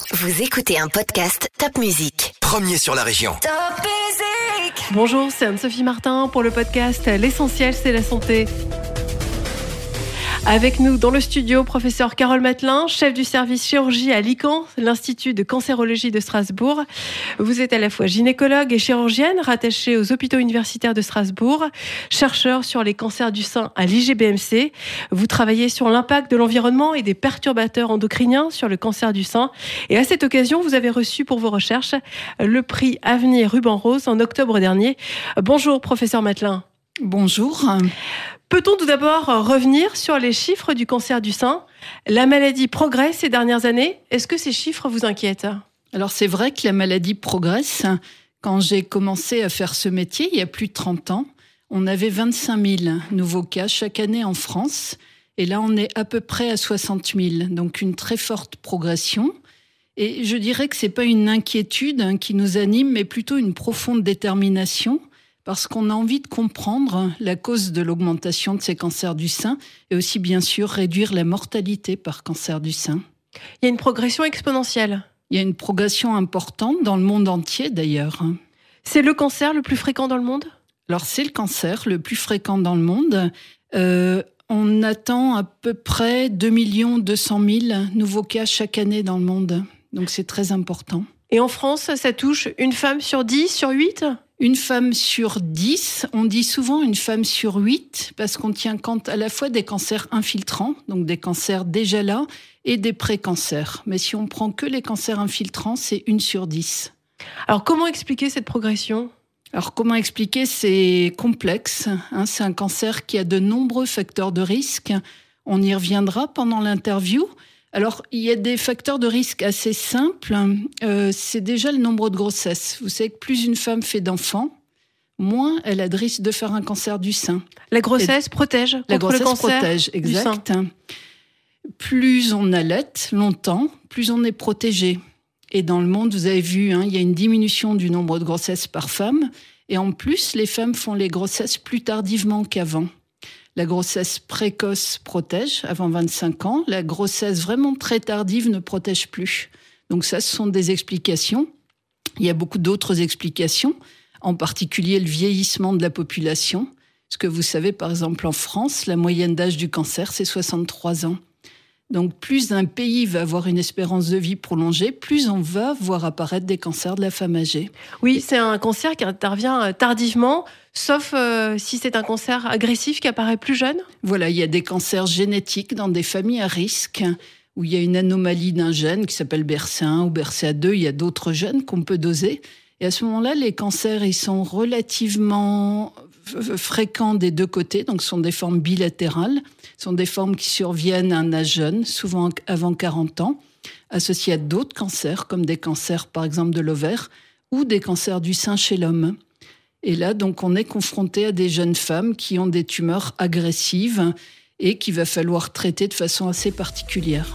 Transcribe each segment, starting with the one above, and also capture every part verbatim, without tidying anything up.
Vous écoutez un podcast Top Music. Premier sur la région. Top Music. Bonjour, c'est Anne-Sophie Martin pour le podcast L'essentiel, c'est la santé. Avec nous dans le studio, professeur Carole Matelin, chef du service chirurgie à l'I C A N, l'Institut de cancérologie de Strasbourg. Vous êtes à la fois gynécologue et chirurgienne, rattachée aux hôpitaux universitaires de Strasbourg, chercheur sur les cancers du sein à l'I G B M C. Vous travaillez sur l'impact de l'environnement et des perturbateurs endocriniens sur le cancer du sein. Et à cette occasion, vous avez reçu pour vos recherches le prix Avenir Ruban Rose en octobre dernier. Bonjour, professeur Matelin. Bonjour. Peut-on tout d'abord revenir sur les chiffres du cancer du sein ? La maladie progresse ces dernières années. Est-ce que ces chiffres vous inquiètent ? Alors c'est vrai que la maladie progresse. Quand j'ai commencé à faire ce métier, il y a plus de trente ans, on avait vingt-cinq mille nouveaux cas chaque année en France. Et là, on est à peu près à soixante mille. Donc une très forte progression. Et je dirais que c'est pas une inquiétude qui nous anime, mais plutôt une profonde détermination. Parce qu'on a envie de comprendre la cause de l'augmentation de ces cancers du sein et aussi, bien sûr, réduire la mortalité par cancer du sein. Il y a une progression exponentielle. Il y a une progression importante dans le monde entier, d'ailleurs. C'est le cancer le plus fréquent dans le monde ? Alors, c'est le cancer le plus fréquent dans le monde. Euh, on attend à peu près deux millions deux cent mille nouveaux cas chaque année dans le monde. Donc, c'est très important. Et en France, ça touche une femme sur dix, sur huit ? Une femme sur dix, on dit souvent une femme sur huit, parce qu'on tient compte à la fois des cancers infiltrants, donc des cancers déjà là, et des pré-cancers. Mais si on prend que les cancers infiltrants, c'est une sur dix. Alors comment expliquer cette progression ? Alors comment expliquer ? C'est complexe. Hein, c'est un cancer qui a de nombreux facteurs de risque. On y reviendra pendant l'interview. Alors, il y a des facteurs de risque assez simples. Euh, c'est déjà le nombre de grossesses. Vous savez que plus une femme fait d'enfants, moins elle a de risque de faire un cancer du sein. La grossesse Et protège contre la grossesse le cancer protège, exact. du sein. Plus on allaite longtemps, plus on est protégé. Et dans le monde, vous avez vu, hein, il y a une diminution du nombre de grossesses par femme. Et en plus, les femmes font les grossesses plus tardivement qu'avant. La grossesse précoce protège avant vingt-cinq ans. La grossesse vraiment très tardive ne protège plus. Donc ça, ce sont des explications. Il y a beaucoup d'autres explications, en particulier le vieillissement de la population. Parce que vous savez, par exemple, en France, la moyenne d'âge du cancer, c'est soixante-trois ans. Donc plus un pays va avoir une espérance de vie prolongée, plus on va voir apparaître des cancers de la femme âgée. Oui, c'est un cancer qui intervient tardivement, sauf euh, si c'est un cancer agressif qui apparaît plus jeune. Voilà, il y a des cancers génétiques dans des familles à risque, où il y a une anomalie d'un gène qui s'appelle B R C A un ou B R C A deux, il y a d'autres gènes qu'on peut doser. Et à ce moment-là, les cancers, ils sont relativement fréquents des deux côtés, donc ce sont des formes bilatérales, ce sont des formes qui surviennent à un âge jeune, souvent avant quarante ans, associées à d'autres cancers, comme des cancers par exemple de l'ovaire, ou des cancers du sein chez l'homme. Et là, donc, on est confronté à des jeunes femmes qui ont des tumeurs agressives et qu'il va falloir traiter de façon assez particulière.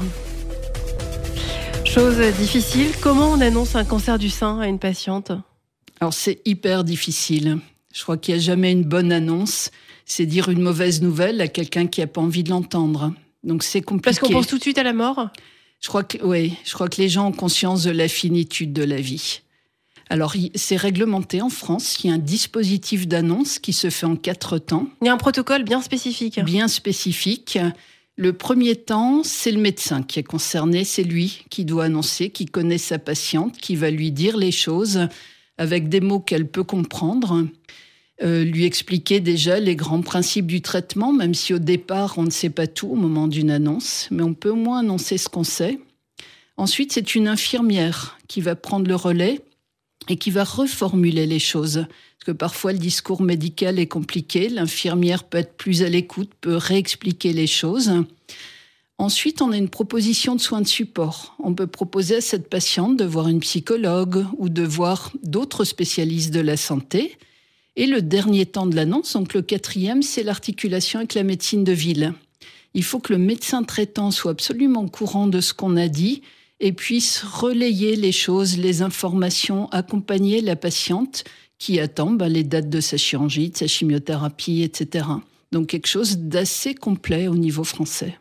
Chose difficile, comment on annonce un cancer du sein à une patiente ? Alors, c'est hyper difficile. Je crois qu'il n'y a jamais une bonne annonce. C'est dire une mauvaise nouvelle à quelqu'un qui n'a pas envie de l'entendre. Donc, c'est compliqué. Parce qu'on pense tout de suite à la mort ? Je crois que, oui, je crois que les gens ont conscience de la finitude de la vie. Alors, c'est réglementé en France. Il y a un dispositif d'annonce qui se fait en quatre temps. Il y a un protocole bien spécifique. Bien spécifique. Le premier temps, c'est le médecin qui est concerné. C'est lui qui doit annoncer, qui connaît sa patiente, qui va lui dire les choses avec des mots qu'elle peut comprendre. Euh, lui expliquer déjà les grands principes du traitement, même si au départ, on ne sait pas tout au moment d'une annonce. Mais on peut au moins annoncer ce qu'on sait. Ensuite, c'est une infirmière qui va prendre le relais et qui va reformuler les choses. Parce que parfois, le discours médical est compliqué. L'infirmière peut être plus à l'écoute, peut réexpliquer les choses. Ensuite, on a une proposition de soins de support. On peut proposer à cette patiente de voir une psychologue ou de voir d'autres spécialistes de la santé. Et le dernier temps de l'annonce, donc le quatrième, c'est l'articulation avec la médecine de ville. Il faut que le médecin traitant soit absolument au courant de ce qu'on a dit et puisse relayer les choses, les informations, accompagner la patiente qui attend ben, les dates de sa chirurgie, de sa chimiothérapie, et cetera. Donc quelque chose d'assez complet au niveau français.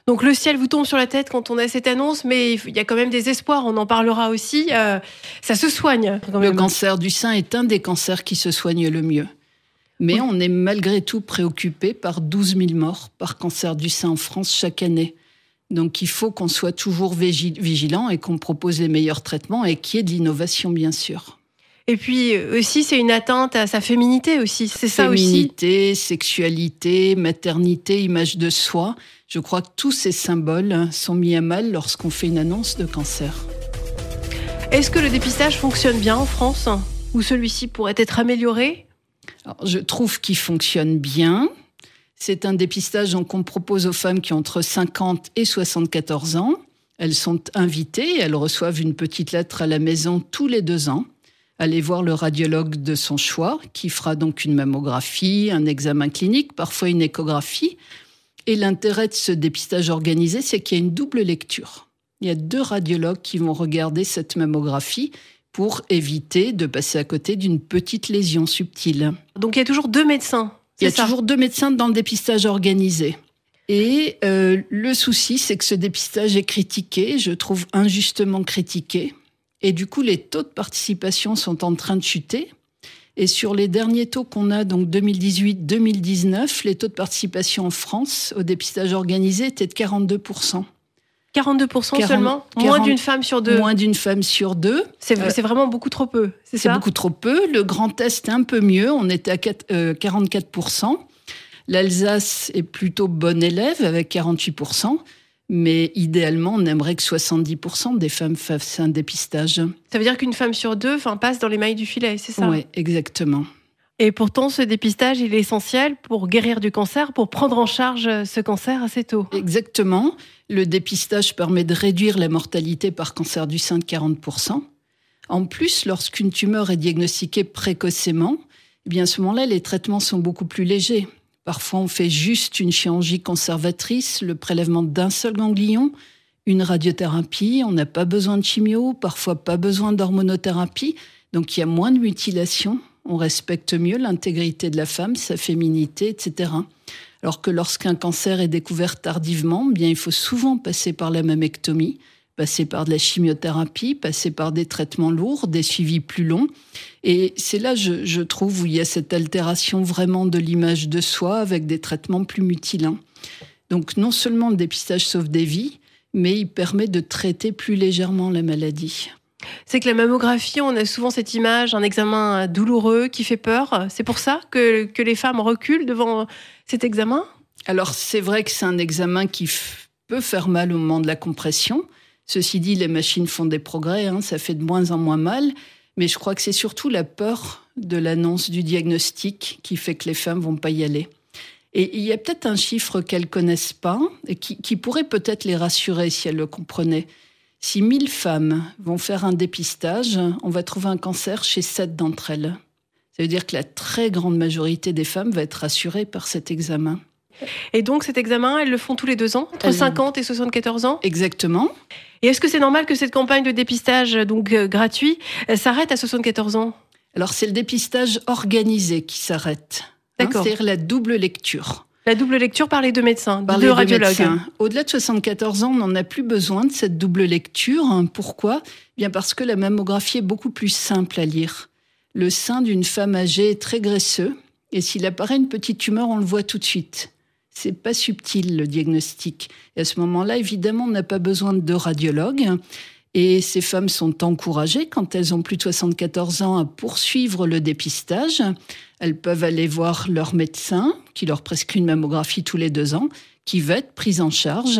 Donc le ciel vous tombe sur la tête quand on a cette annonce, mais il y a quand même des espoirs, on en parlera aussi. Euh, ça se soigne quand même. Le cancer du sein est un des cancers qui se soigne le mieux. Mais oui. On est malgré tout préoccupé par douze mille morts par cancer du sein en France chaque année. Donc il faut qu'on soit toujours vigilant et qu'on propose les meilleurs traitements et qu'il y ait de l'innovation, bien sûr. Et puis aussi, c'est une atteinte à sa féminité aussi, c'est ça aussi. Féminité, sexualité, maternité, image de soi. Je crois que tous ces symboles sont mis à mal lorsqu'on fait une annonce de cancer. Est-ce que le dépistage fonctionne bien en France ? Ou celui-ci pourrait être amélioré ? Alors, je trouve qu'il fonctionne bien. C'est un dépistage qu'on propose aux femmes qui ont entre cinquante et soixante-quatorze ans. Elles sont invitées, elles reçoivent une petite lettre à la maison tous les deux ans. Aller voir le radiologue de son choix, qui fera donc une mammographie, un examen clinique, parfois une échographie. Et l'intérêt de ce dépistage organisé, c'est qu'il y a une double lecture. Il y a deux radiologues qui vont regarder cette mammographie pour éviter de passer à côté d'une petite lésion subtile. Donc il y a toujours deux médecins, c'est Il y a ça ? toujours deux médecins dans le dépistage organisé. Et euh, le souci, c'est que ce dépistage est critiqué, je trouve injustement critiqué. Et du coup, les taux de participation sont en train de chuter. Et sur les derniers taux qu'on a, donc deux mille dix-huit deux mille dix-neuf, les taux de participation en France au dépistage organisé étaient de quarante-deux pour cent. quarante-deux pour cent quarante, seulement ? quarante, Moins d'une femme sur deux ? Moins d'une femme sur deux. C'est, euh, c'est vraiment beaucoup trop peu, c'est, c'est ça ? C'est beaucoup trop peu. Le Grand Est est un peu mieux, on était à quatre, euh, quarante-quatre pour cent. L'Alsace est plutôt bon élève avec quarante-huit pour cent. Mais idéalement, on aimerait que soixante-dix pour cent des femmes fassent un dépistage. Ça veut dire qu'une femme sur deux enfin, passe dans les mailles du filet, c'est ça ? Oui, exactement. Et pourtant, ce dépistage, il est essentiel pour guérir du cancer, pour prendre en charge ce cancer assez tôt. Exactement. Le dépistage permet de réduire la mortalité par cancer du sein de quarante pour cent. En plus, lorsqu'une tumeur est diagnostiquée précocement, eh bien à ce moment-là, les traitements sont beaucoup plus légers. Parfois, on fait juste une chirurgie conservatrice, le prélèvement d'un seul ganglion, une radiothérapie, on n'a pas besoin de chimio, parfois pas besoin d'hormonothérapie. Donc, il y a moins de mutilation, on respecte mieux l'intégrité de la femme, sa féminité, et cetera. Alors que lorsqu'un cancer est découvert tardivement, bien, il faut souvent passer par la mammectomie, passer par de la chimiothérapie, passer par des traitements lourds, des suivis plus longs. Et c'est là, je, je trouve, où il y a cette altération vraiment de l'image de soi avec des traitements plus mutilants. Donc non seulement le dépistage sauve des vies, mais il permet de traiter plus légèrement la maladie. C'est que la mammographie, on a souvent cette image, un examen douloureux qui fait peur. C'est pour ça que, que les femmes reculent devant cet examen ? Alors c'est vrai que c'est un examen qui f- peut faire mal au moment de la compression. Ceci dit, les machines font des progrès, hein, ça fait de moins en moins mal. Mais je crois que c'est surtout la peur de l'annonce du diagnostic qui fait que les femmes ne vont pas y aller. Et il y a peut-être un chiffre qu'elles ne connaissent pas et qui, qui pourrait peut-être les rassurer si elles le comprenaient. Si mille femmes vont faire un dépistage, on va trouver un cancer chez sept d'entre elles. Ça veut dire que la très grande majorité des femmes va être rassurée par cet examen. Et donc cet examen, elles le font tous les deux ans, entre elles... cinquante et soixante-quatorze ans ? Exactement. Et est-ce que c'est normal que cette campagne de dépistage donc euh, gratuit euh, s'arrête à soixante-quatorze ans ? Alors c'est le dépistage organisé qui s'arrête. D'accord. Hein, c'est-à-dire la double lecture. La double lecture par les deux médecins, par deux les radiologues. Deux médecins. Au-delà de soixante-quatorze ans, on n'en a plus besoin de cette double lecture. Pourquoi ? Bien parce que la mammographie est beaucoup plus simple à lire. Le sein d'une femme âgée est très graisseux et s'il apparaît une petite tumeur, on le voit tout de suite. C'est pas subtil, le diagnostic. Et à ce moment-là, évidemment, on n'a pas besoin de deux radiologues. Et ces femmes sont encouragées, quand elles ont plus de soixante-quatorze ans, à poursuivre le dépistage. Elles peuvent aller voir leur médecin, qui leur prescrit une mammographie tous les deux ans, qui va être prise en charge.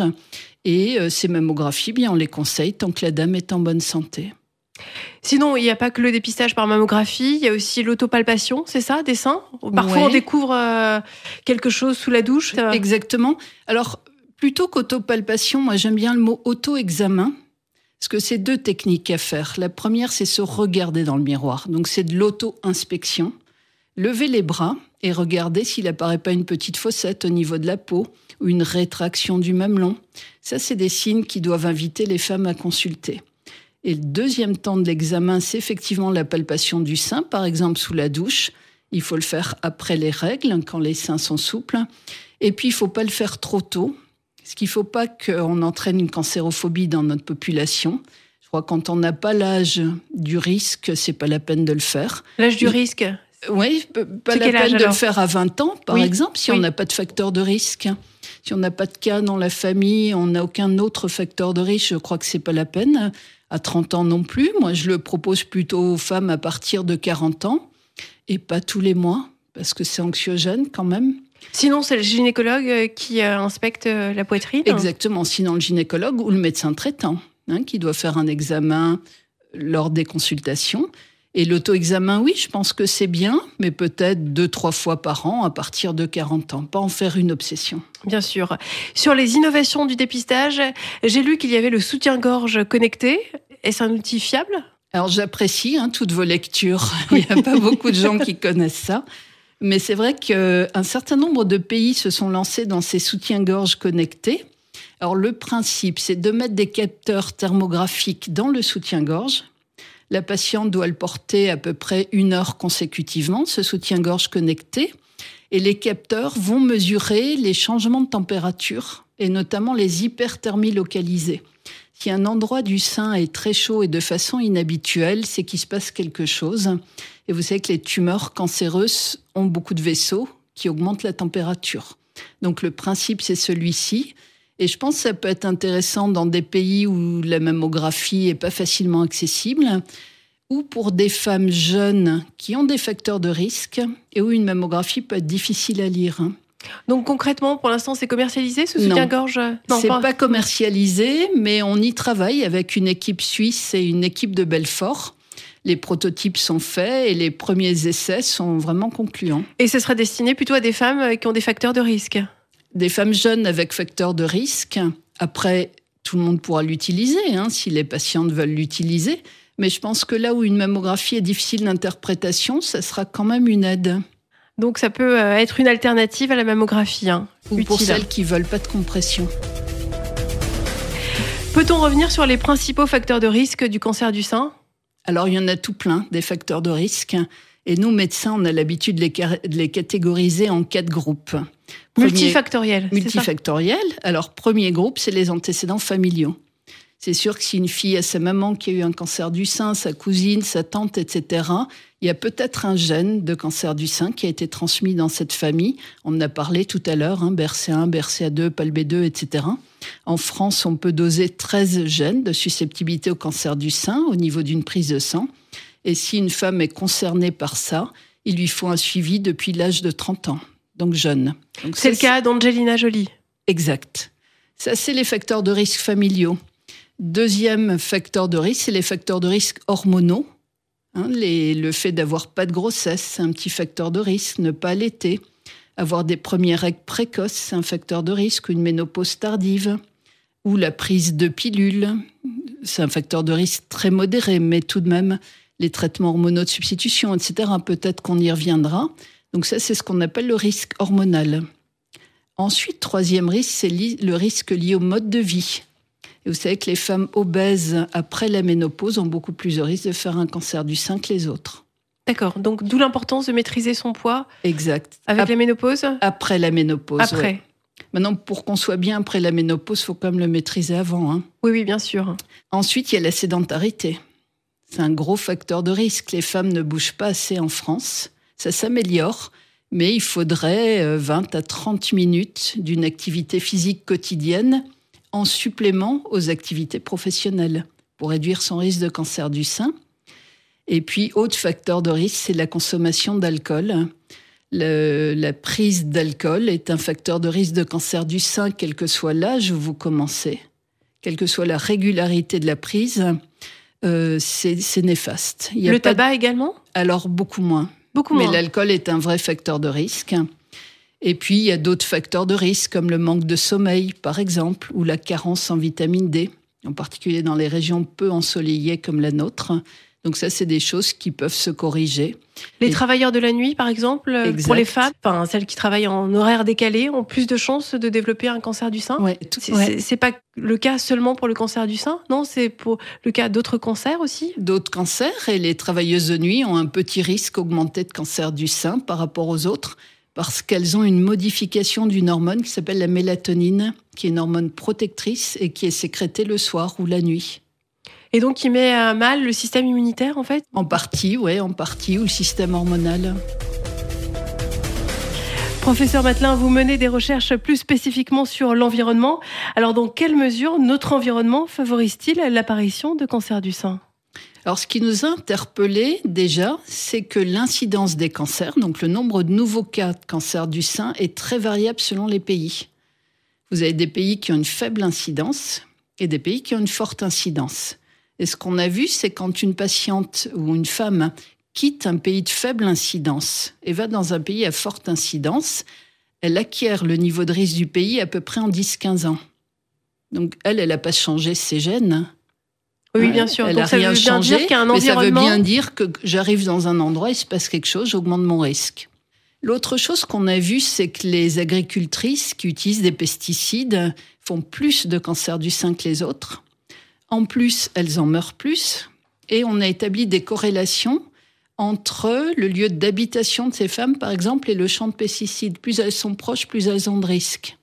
Et euh, ces mammographies, bien, on les conseille tant que la dame est en bonne santé. Sinon, il n'y a pas que le dépistage par mammographie, il y a aussi l'autopalpation, c'est ça, des seins ? Parfois, ouais. on découvre euh, quelque chose sous la douche. Ça... Exactement. Alors, plutôt qu'autopalpation, moi, j'aime bien le mot auto-examen, parce que c'est deux techniques à faire. La première, c'est se regarder dans le miroir. Donc, c'est de l'auto-inspection. Lever les bras et regarder s'il n'apparaît pas une petite fossette au niveau de la peau ou une rétraction du mamelon. Ça, c'est des signes qui doivent inviter les femmes à consulter. Et le deuxième temps de l'examen, c'est effectivement la palpation du sein, par exemple sous la douche. Il faut le faire après les règles, quand les seins sont souples. Et puis, il ne faut pas le faire trop tôt. Parce qu'il ne faut pas qu'on entraîne une cancérophobie dans notre population. Je crois que quand on n'a pas l'âge du risque, ce n'est pas la peine de le faire. L'âge du risque ? Oui, pas la peine de le faire à vingt ans, par oui. exemple, si oui. on n'a pas de facteur de risque. Si on n'a pas de cas dans la famille, on n'a aucun autre facteur de risque, je crois que ce n'est pas la peine. À trente ans non plus. Moi, je le propose plutôt aux femmes à partir de quarante ans et pas tous les mois, parce que c'est anxiogène quand même. Sinon, c'est le gynécologue qui inspecte la poitrine ? Exactement, sinon le gynécologue ou le médecin traitant, hein, qui doit faire un examen lors des consultations. Et l'auto-examen, oui, je pense que c'est bien, mais peut-être deux, trois fois par an à partir de quarante ans. Pas en faire une obsession. Bien sûr. Sur les innovations du dépistage, j'ai lu qu'il y avait le soutien-gorge connecté. Est-ce un outil fiable ? Alors j'apprécie hein, toutes vos lectures. Il n'y a pas beaucoup de gens qui connaissent ça. Mais c'est vrai qu'un certain nombre de pays se sont lancés dans ces soutiens-gorge connectés. Alors le principe, c'est de mettre des capteurs thermographiques dans le soutien-gorge. La patiente doit le porter à peu près une heure consécutivement, ce soutien-gorge connecté. Et les capteurs vont mesurer les changements de température et notamment les hyperthermies localisées. Si un endroit du sein est très chaud et de façon inhabituelle, c'est qu'il se passe quelque chose. Et vous savez que les tumeurs cancéreuses ont beaucoup de vaisseaux qui augmentent la température. Donc le principe, c'est celui-ci. Et je pense que ça peut être intéressant dans des pays où la mammographie n'est pas facilement accessible, ou pour des femmes jeunes qui ont des facteurs de risque et où une mammographie peut être difficile à lire. Donc concrètement, pour l'instant, c'est commercialisé ce soutien-gorge ? Non, c'est pas... pas commercialisé, mais on y travaille avec une équipe suisse et une équipe de Belfort. Les prototypes sont faits et les premiers essais sont vraiment concluants. Et ce sera destiné plutôt à des femmes qui ont des facteurs de risque ? Des femmes jeunes avec facteurs de risque. Après, tout le monde pourra l'utiliser, hein, si les patientes veulent l'utiliser. Mais je pense que là où une mammographie est difficile d'interprétation, ça sera quand même une aide. Donc ça peut être une alternative à la mammographie. Hein, ou utile. Pour celles qui ne veulent pas de compression. Peut-on revenir sur les principaux facteurs de risque du cancer du sein ? Alors, il y en a tout plein, des facteurs de risque. Et nous, médecins, on a l'habitude de les, car- de les catégoriser en quatre groupes. Premier, multifactoriels. Multifactoriels. Alors, premier groupe, c'est les antécédents familiaux. C'est sûr que si une fille a sa maman qui a eu un cancer du sein, sa cousine, sa tante, et cetera, il y a peut-être un gène de cancer du sein qui a été transmis dans cette famille. On en a parlé tout à l'heure, hein, B R C A un, B R C A deux, P A L B deux, et cetera. En France, on peut doser treize gènes de susceptibilité au cancer du sein au niveau d'une prise de sang. Et si une femme est concernée par ça, il lui faut un suivi depuis l'âge de trente ans, donc jeune. Donc c'est ça, le cas d'Angelina Jolie. Exact. Ça, c'est les facteurs de risque familiaux. Deuxième facteur de risque, c'est les facteurs de risque hormonaux. Hein, les, le fait d'avoir pas de grossesse, c'est un petit facteur de risque. Ne pas allaiter. Avoir des premières règles précoces, c'est un facteur de risque. Une ménopause tardive. Ou la prise de pilules. C'est un facteur de risque très modéré, mais tout de même, les traitements hormonaux de substitution, et cetera, peut-être qu'on y reviendra. Donc ça, c'est ce qu'on appelle le risque hormonal. Ensuite, troisième risque, c'est li- le risque lié au mode de vie. Et vous savez que les femmes obèses après la ménopause ont beaucoup plus de risques de faire un cancer du sein que les autres. D'accord, donc d'où l'importance de maîtriser son poids. Exact. Avec Ap- la ménopause ? Après la ménopause, Après. Ouais. Maintenant, pour qu'on soit bien après la ménopause, il faut quand même le maîtriser avant. Hein. Oui, oui, bien sûr. Ensuite, il y a la sédentarité. C'est un gros facteur de risque. Les femmes ne bougent pas assez en France. Ça s'améliore, mais il faudrait vingt à trente minutes d'une activité physique quotidienne en supplément aux activités professionnelles pour réduire son risque de cancer du sein. Et puis, autre facteur de risque, c'est la consommation d'alcool. Le, la prise d'alcool est un facteur de risque de cancer du sein, quel que soit l'âge où vous commencez, quelle que soit la régularité de la prise, euh, c'est, c'est néfaste. Il y a le pas tabac de... également ? Alors, beaucoup moins. Beaucoup Mais moins. l'alcool est un vrai facteur de risque. Et puis, il y a d'autres facteurs de risque, comme le manque de sommeil, par exemple, ou la carence en vitamine D, en particulier dans les régions peu ensoleillées comme la nôtre. Donc ça, c'est des choses qui peuvent se corriger. Les Et... travailleurs de la nuit, par exemple, exact. Pour les femmes, enfin, celles qui travaillent en horaire décalé, ont plus de chances de développer un cancer du sein. Ouais, tout... c'est, ouais. c'est, c'est pas le cas seulement pour le cancer du sein, non ? C'est pour le cas d'autres cancers aussi ? D'autres cancers, et les travailleuses de nuit ont un petit risque augmenté de cancer du sein par rapport aux autres. parce qu'elles ont une modification d'une hormone qui s'appelle la mélatonine, qui est une hormone protectrice et qui est sécrétée le soir ou la nuit. Et donc qui met à mal le système immunitaire en fait ? En partie, oui, en partie, ou le système hormonal. Professeur Mathelin, vous menez des recherches plus spécifiquement sur l'environnement. Alors, dans quelle mesure notre environnement favorise-t-il l'apparition de cancer du sein ? Alors, ce qui nous a interpellés déjà, c'est que l'incidence des cancers, donc le nombre de nouveaux cas de cancer du sein, est très variable selon les pays. Vous avez des pays qui ont une faible incidence et des pays qui ont une forte incidence. Et ce qu'on a vu, c'est quand une patiente ou une femme quitte un pays de faible incidence et va dans un pays à forte incidence, elle acquiert le niveau de risque du pays à peu près en dix à quinze ans. Donc, elle, elle n'a pas changé ses gènes. Oui, bien sûr. Elle Donc, n'a ça rien veut bien changé, dire qu'il y a un mais ça veut environnement... bien dire que j'arrive dans un endroit, il se passe quelque chose, j'augmente mon risque. L'autre chose qu'on a vue, c'est que les agricultrices qui utilisent des pesticides font plus de cancer du sein que les autres. En plus, elles en meurent plus. Et on a établi des corrélations entre le lieu d'habitation de ces femmes, par exemple, et le champ de pesticides. Plus elles sont proches, plus elles ont de risques.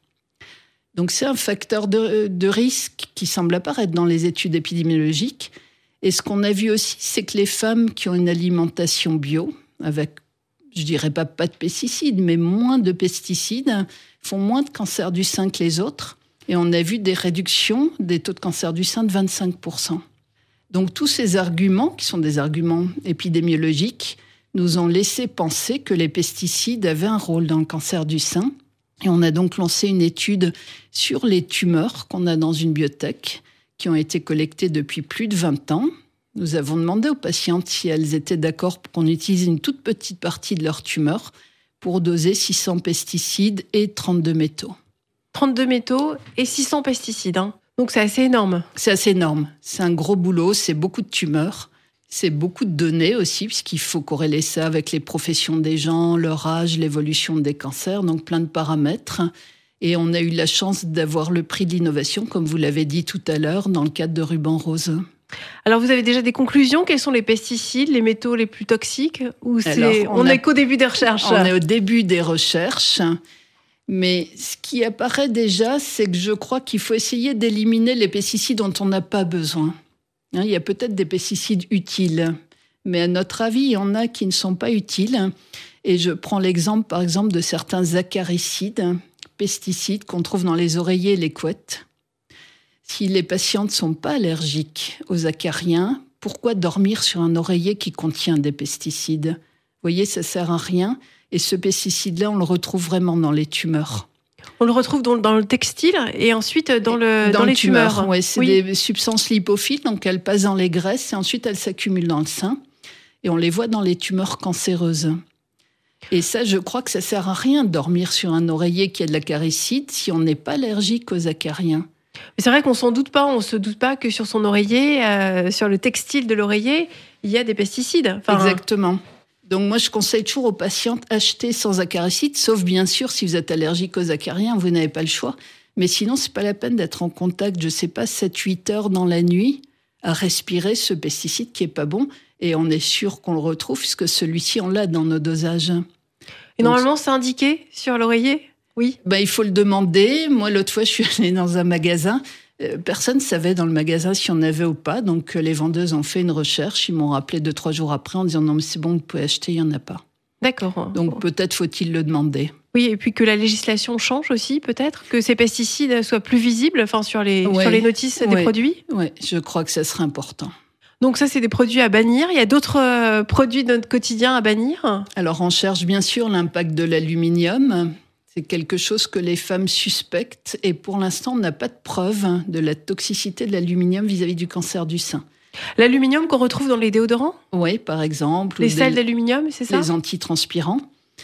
Donc c'est un facteur de, de risque qui semble apparaître dans les études épidémiologiques. Et ce qu'on a vu aussi, c'est que les femmes qui ont une alimentation bio, avec, je dirais pas pas de pesticides, mais moins de pesticides, font moins de cancer du sein que les autres. Et on a vu des réductions des taux de cancer du sein de vingt-cinq pour cent. Donc tous ces arguments, qui sont des arguments épidémiologiques, nous ont laissé penser que les pesticides avaient un rôle dans le cancer du sein. Et on a donc lancé une étude sur les tumeurs qu'on a dans une biotech, qui ont été collectées depuis plus de vingt ans. Nous avons demandé aux patientes si elles étaient d'accord pour qu'on utilise une toute petite partie de leur tumeur pour doser six cents pesticides et trente-deux métaux. trente-deux métaux et six cents pesticides, hein. Donc c'est assez énorme. C'est assez énorme. C'est un gros boulot, c'est beaucoup de tumeurs. C'est beaucoup de données aussi, puisqu'il faut corréler ça avec les professions des gens, leur âge, l'évolution des cancers, donc plein de paramètres. Et on a eu la chance d'avoir le prix de l'innovation, comme vous l'avez dit tout à l'heure, dans le cadre de Ruban Rose. Alors vous avez déjà des conclusions ? Quels sont les pesticides, les métaux les plus toxiques ? Ou c'est... Alors, on n'est qu'au début des recherches ? On est au début des recherches. Mais ce qui apparaît déjà, c'est que je crois qu'il faut essayer d'éliminer les pesticides dont on n'a pas besoin. Il y a peut-être des pesticides utiles, mais à notre avis, il y en a qui ne sont pas utiles. Et je prends l'exemple, par exemple, de certains acaricides, pesticides qu'on trouve dans les oreillers et les couettes. Si les patientes ne sont pas allergiques aux acariens, pourquoi dormir sur un oreiller qui contient des pesticides ? Vous voyez, ça ne sert à rien. Et ce pesticide-là, on le retrouve vraiment dans les tumeurs. On le retrouve dans, dans le textile et ensuite dans, le, dans, dans les le tumeur, tumeurs. Ouais, c'est oui. Des substances lipophiles, donc elles passent dans les graisses et ensuite elles s'accumulent dans le sein. Et on les voit dans les tumeurs cancéreuses. Et ça, je crois que ça ne sert à rien de dormir sur un oreiller qui a de l'acaricide si on n'est pas allergique aux acariens. Mais c'est vrai qu'on ne s'en doute pas. On ne se doute pas que sur son oreiller, euh, sur le textile de l'oreiller, il y a des pesticides. Enfin, exactement. Donc moi, je conseille toujours aux patientes acheter sans acaricide, sauf bien sûr si vous êtes allergique aux acariens, vous n'avez pas le choix. Mais sinon, c'est pas la peine d'être en contact, je sais pas, sept à huit heures dans la nuit à respirer ce pesticide qui est pas bon. Et on est sûr qu'on le retrouve puisque celui-ci, on l'a dans nos dosages. Et normalement, c'est indiqué sur l'oreiller ? Oui. Ben, il faut le demander. Moi, l'autre fois, je suis allée dans un magasin. Personne ne savait dans le magasin si on avait ou pas. Donc, les vendeuses ont fait une recherche. Ils m'ont rappelé deux, trois jours après en disant « Non, mais c'est bon, vous pouvez acheter, il n'y en a pas. » D'accord. Donc, bon. Peut-être faut-il le demander. Oui, et puis que la législation change aussi, peut-être, que ces pesticides soient plus visibles, enfin, sur les, ouais. sur les notices ouais. des produits. Oui, je crois que ça serait important. Donc ça, c'est des produits à bannir. Il y a d'autres euh, produits de notre quotidien à bannir ? Alors, on cherche bien sûr l'impact de l'aluminium. C'est quelque chose que les femmes suspectent. Et pour l'instant, on n'a pas de preuve de la toxicité de l'aluminium vis-à-vis du cancer du sein. L'aluminium qu'on retrouve dans les déodorants ? Oui, par exemple. Les sels d'aluminium, c'est ça ? Les antitranspirants.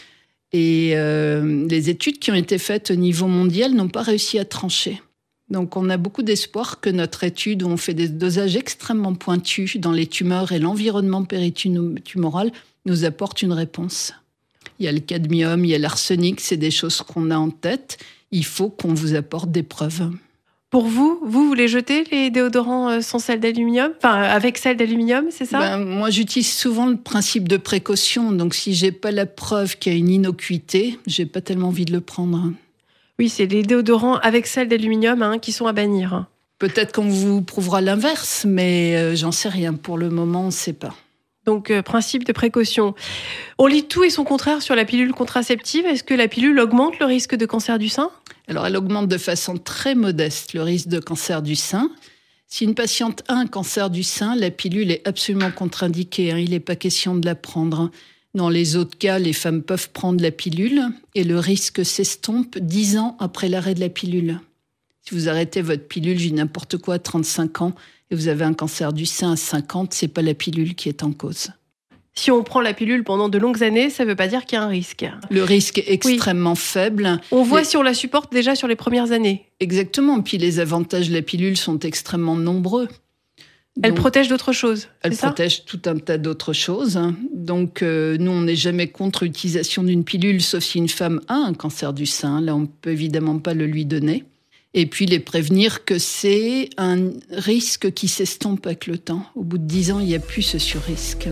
Et euh, les études qui ont été faites au niveau mondial n'ont pas réussi à trancher. Donc, on a beaucoup d'espoir que notre étude, où on fait des dosages extrêmement pointus dans les tumeurs et l'environnement péritumoral, nous apporte une réponse. Il y a le cadmium, il y a l'arsenic, c'est des choses qu'on a en tête. Il faut qu'on vous apporte des preuves. Pour vous, vous, vous les jetez, les déodorants sans sel d'aluminium, enfin avec sel d'aluminium, c'est ça? Ben, moi, j'utilise souvent le principe de précaution. Donc, si j'ai pas la preuve qu'il y a une innocuité, j'ai pas tellement envie de le prendre. Oui, c'est les déodorants avec sel d'aluminium hein, qui sont à bannir. Peut-être qu'on vous prouvera l'inverse, mais euh, j'en sais rien. Pour le moment, on ne sait pas. Donc, euh, principe de précaution. On lit tout et son contraire sur la pilule contraceptive. Est-ce que la pilule augmente le risque de cancer du sein? Alors, elle augmente de façon très modeste le risque de cancer du sein. Si une patiente a un cancer du sein, la pilule est absolument contre-indiquée. Hein. Il n'est pas question de la prendre. Dans les autres cas, les femmes peuvent prendre la pilule et le risque s'estompe dix ans après l'arrêt de la pilule. Si vous arrêtez votre pilule, j'ai n'importe quoi, à trente-cinq ans, et vous avez un cancer du sein à cinquante, c'est pas la pilule qui est en cause. Si on prend la pilule pendant de longues années, ça ne veut pas dire qu'il y a un risque. Le risque est extrêmement oui. faible. On voit les... si on la supporte déjà sur les premières années. Exactement. Puis les avantages de la pilule sont extrêmement nombreux. Elle Donc, protège d'autres choses. Elle c'est protège ça tout un tas d'autres choses. Donc, euh, nous, on n'est jamais contre l'utilisation d'une pilule, sauf si une femme a un cancer du sein. Là, on ne peut évidemment pas le lui donner. Et puis, les prévenir que c'est un risque qui s'estompe avec le temps. Au bout de dix ans, il n'y a plus ce surrisque.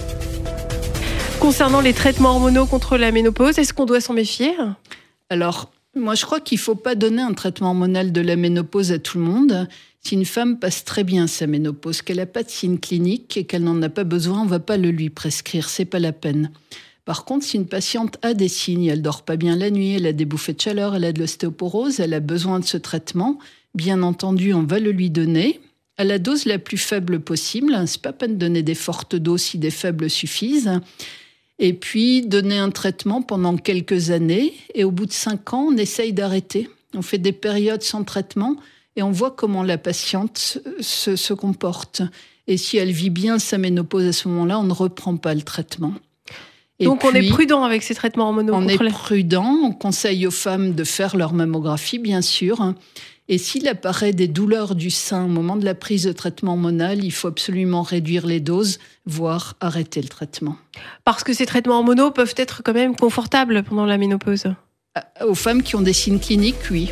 Concernant les traitements hormonaux contre la ménopause, est-ce qu'on doit s'en méfier ? Alors, moi, je crois qu'il ne faut pas donner un traitement hormonal de la ménopause à tout le monde. Si une femme passe très bien sa ménopause, qu'elle n'a pas de signes cliniques et qu'elle n'en a pas besoin, on ne va pas le lui prescrire, ce n'est pas la peine. Par contre, si une patiente a des signes, elle ne dort pas bien la nuit, elle a des bouffées de chaleur, elle a de l'ostéoporose, elle a besoin de ce traitement, bien entendu, on va le lui donner à la dose la plus faible possible. Ce n'est pas peine de donner des fortes doses si des faibles suffisent. Et puis, donner un traitement pendant quelques années. Et au bout de cinq ans, on essaye d'arrêter. On fait des périodes sans traitement et on voit comment la patiente se, se comporte. Et si elle vit bien sa ménopause à ce moment-là, on ne reprend pas le traitement. Et Donc, puis, on est prudent avec ces traitements hormonaux. On est les... prudent. On conseille aux femmes de faire leur mammographie, bien sûr. Et s'il apparaît des douleurs du sein au moment de la prise de traitement hormonal, il faut absolument réduire les doses, voire arrêter le traitement. Parce que ces traitements hormonaux peuvent être quand même confortables pendant la ménopause. Aux femmes qui ont des signes cliniques, oui.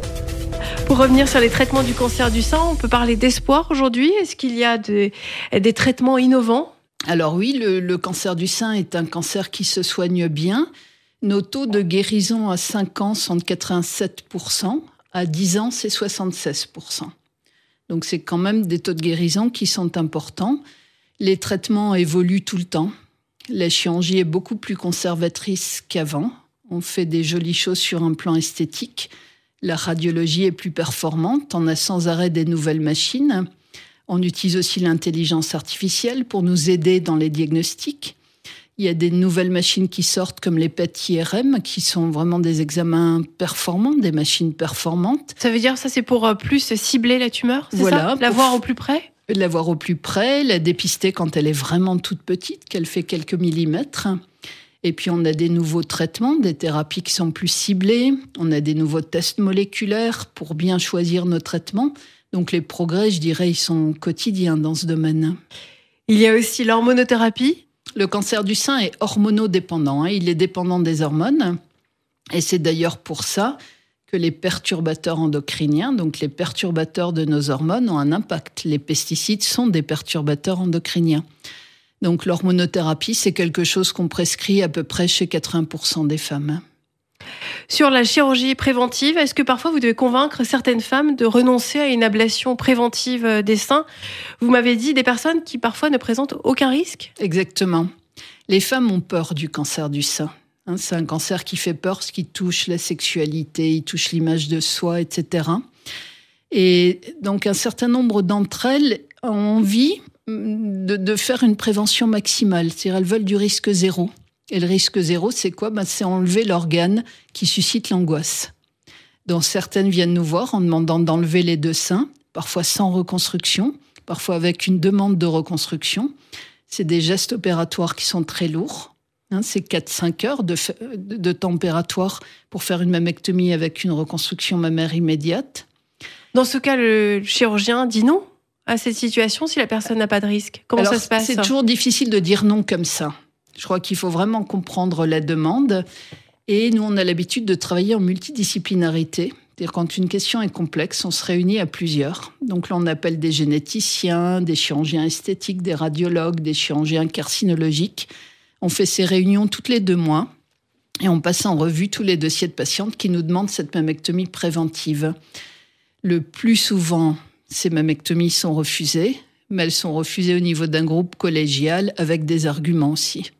Pour revenir sur les traitements du cancer du sein, on peut parler d'espoir aujourd'hui. Est-ce qu'il y a des, des traitements innovants ? Alors oui, le, le cancer du sein est un cancer qui se soigne bien. Nos taux de guérison à cinq ans sont de quatre-vingt-sept pour cent. À dix ans, c'est soixante-seize pour cent. Donc, c'est quand même des taux de guérison qui sont importants. Les traitements évoluent tout le temps. La chirurgie est beaucoup plus conservatrice qu'avant. On fait des jolies choses sur un plan esthétique. La radiologie est plus performante. On a sans arrêt des nouvelles machines. On utilise aussi l'intelligence artificielle pour nous aider dans les diagnostics. Il y a des nouvelles machines qui sortent comme les P E T I R M, qui sont vraiment des examens performants, des machines performantes. Ça veut dire ça, c'est pour plus cibler la tumeur, c'est voilà, ça ? La voir au plus près ? La voir au plus près, la dépister quand elle est vraiment toute petite, qu'elle fait quelques millimètres. Et puis on a des nouveaux traitements, des thérapies qui sont plus ciblées. On a des nouveaux tests moléculaires pour bien choisir nos traitements. Donc les progrès, je dirais, ils sont quotidiens dans ce domaine. Il y a aussi l'hormonothérapie. Le cancer du sein est hormonodépendant, hein. Il est dépendant des hormones. Et c'est d'ailleurs pour ça que les perturbateurs endocriniens, donc les perturbateurs de nos hormones, ont un impact. Les pesticides sont des perturbateurs endocriniens. Donc l'hormonothérapie, c'est quelque chose qu'on prescrit à peu près chez quatre-vingts pour cent des femmes. Sur la chirurgie préventive, est-ce que parfois vous devez convaincre certaines femmes de renoncer à une ablation préventive des seins ? Vous m'avez dit des personnes qui parfois ne présentent aucun risque ? Exactement. Les femmes ont peur du cancer du sein. Hein, c'est un cancer qui fait peur, ce qui touche la sexualité, il touche l'image de soi, et cetera. Et donc un certain nombre d'entre elles ont envie de, de faire une prévention maximale, c'est-à-dire elles veulent du risque zéro. Et le risque zéro, c'est quoi ? Ben, c'est enlever l'organe qui suscite l'angoisse. Donc certaines viennent nous voir en demandant d'enlever les deux seins, parfois sans reconstruction, parfois avec une demande de reconstruction. C'est des gestes opératoires qui sont très lourds. Hein, c'est quatre à cinq heures de, de, de temps opératoire pour faire une mammectomie avec une reconstruction mammaire immédiate. Dans ce cas, le chirurgien dit non à cette situation si la personne n'a pas de risque. Comment Alors, ça se passe ? C'est toujours difficile de dire non comme ça. Je crois qu'il faut vraiment comprendre la demande. Et nous, on a l'habitude de travailler en multidisciplinarité. C'est-à-dire quand une question est complexe, on se réunit à plusieurs. Donc là, on appelle des généticiens, des chirurgiens esthétiques, des radiologues, des chirurgiens carcinologiques. On fait ces réunions toutes les deux mois et on passe en revue tous les dossiers de patientes qui nous demandent cette mammectomie préventive. Le plus souvent, ces mammectomies sont refusées, mais elles sont refusées au niveau d'un groupe collégial avec des arguments aussi.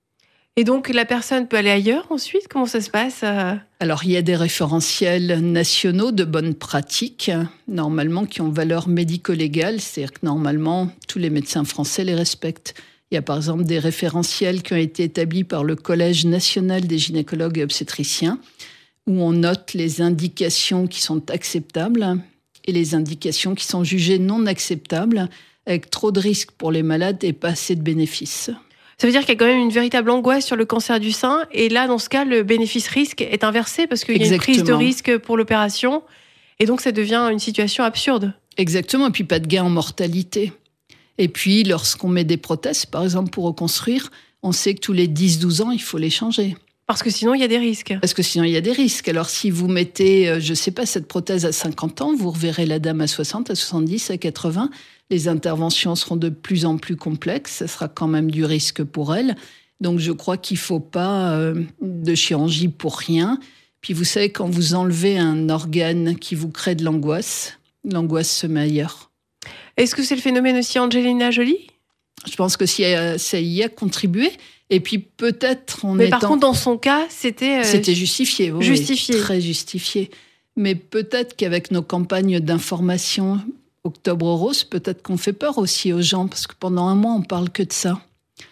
Et donc, la personne peut aller ailleurs ensuite ? Comment ça se passe ? Alors, il y a des référentiels nationaux de bonnes pratiques, normalement, qui ont valeur médico-légale. C'est-à-dire que, normalement, tous les médecins français les respectent. Il y a, par exemple, des référentiels qui ont été établis par le Collège national des gynécologues et obstétriciens, où on note les indications qui sont acceptables et les indications qui sont jugées non acceptables, avec trop de risques pour les malades et pas assez de bénéfices. Ça veut dire qu'il y a quand même une véritable angoisse sur le cancer du sein. Et là, dans ce cas, le bénéfice-risque est inversé parce qu'il y a une prise de risque pour l'opération. Et donc, ça devient une situation absurde. Exactement. Et puis, pas de gain en mortalité. Et puis, lorsqu'on met des prothèses, par exemple, pour reconstruire, on sait que tous les dix à douze ans, il faut les changer. Parce que sinon, il y a des risques. Parce que sinon, il y a des risques. Alors, si vous mettez, je ne sais pas, cette prothèse à cinquante ans, vous reverrez la dame à soixante, à soixante-dix, à quatre-vingts. Les interventions seront de plus en plus complexes. Ça sera quand même du risque pour elle. Donc, je crois qu'il ne faut pas euh, de chirurgie pour rien. Puis, vous savez, quand vous enlevez un organe qui vous crée de l'angoisse, l'angoisse se met ailleurs. Est-ce que c'est le phénomène aussi Angelina Jolie ? Je pense que ça y a contribué. Et puis, peut-être... en Mais étant... par contre, dans son cas, c'était... Euh, c'était justifié. Oui, justifié. Très justifié. Mais peut-être qu'avec nos campagnes d'information... Octobre Rose, peut-être qu'on fait peur aussi aux gens, parce que pendant un mois, on parle que de ça.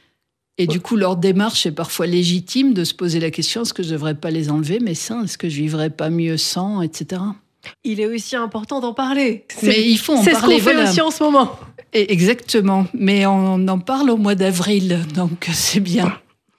Et du coup, leur démarche est parfois légitime de se poser la question, est-ce que je ne devrais pas les enlever, mes seins ? Est-ce que je ne vivrais pas mieux sans, et cetera. Il est aussi important d'en parler. C'est, mais il faut en c'est parler. C'est ce qu'on fait voilà. aussi en ce moment. Et exactement. Mais on en parle au mois d'avril, donc c'est bien.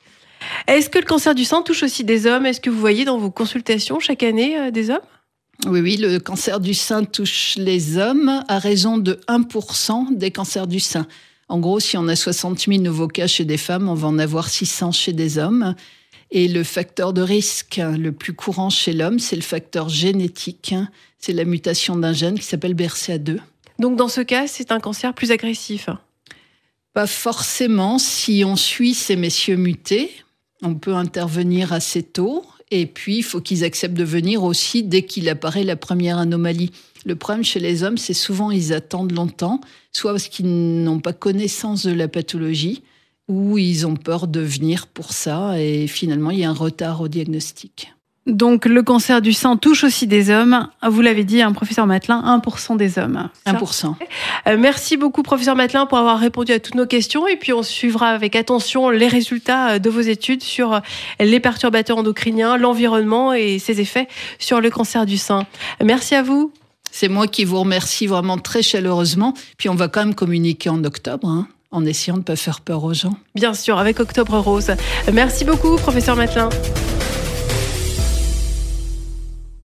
Est-ce que le cancer du sein touche aussi des hommes ? Est-ce que vous voyez dans vos consultations chaque année euh, des hommes ? Oui, oui, le cancer du sein touche les hommes à raison de un pour cent des cancers du sein. En gros, si on a soixante mille nouveaux cas chez des femmes, on va en avoir six cents chez des hommes. Et le facteur de risque le plus courant chez l'homme, c'est le facteur génétique. C'est la mutation d'un gène qui s'appelle B R C A deux. Donc dans ce cas, c'est un cancer plus agressif ? Pas forcément. Si on suit ces messieurs mutés, on peut intervenir assez tôt. Et puis, il faut qu'ils acceptent de venir aussi dès qu'il apparaît la première anomalie. Le problème chez les hommes, c'est souvent ils attendent longtemps, soit parce qu'ils n'ont pas connaissance de la pathologie, ou ils ont peur de venir pour ça, et finalement, il y a un retard au diagnostic. Donc, le cancer du sein touche aussi des hommes. Vous l'avez dit, hein, professeur Mathelin, un pour cent des hommes. un pour cent. Euh, merci beaucoup, professeur Mathelin, pour avoir répondu à toutes nos questions. Et puis, on suivra avec attention les résultats de vos études sur les perturbateurs endocriniens, l'environnement et ses effets sur le cancer du sein. Merci à vous. C'est moi qui vous remercie vraiment très chaleureusement. Puis, on va quand même communiquer en octobre, hein, en essayant de ne pas faire peur aux gens. Bien sûr, avec Octobre Rose. Merci beaucoup, professeur Mathelin.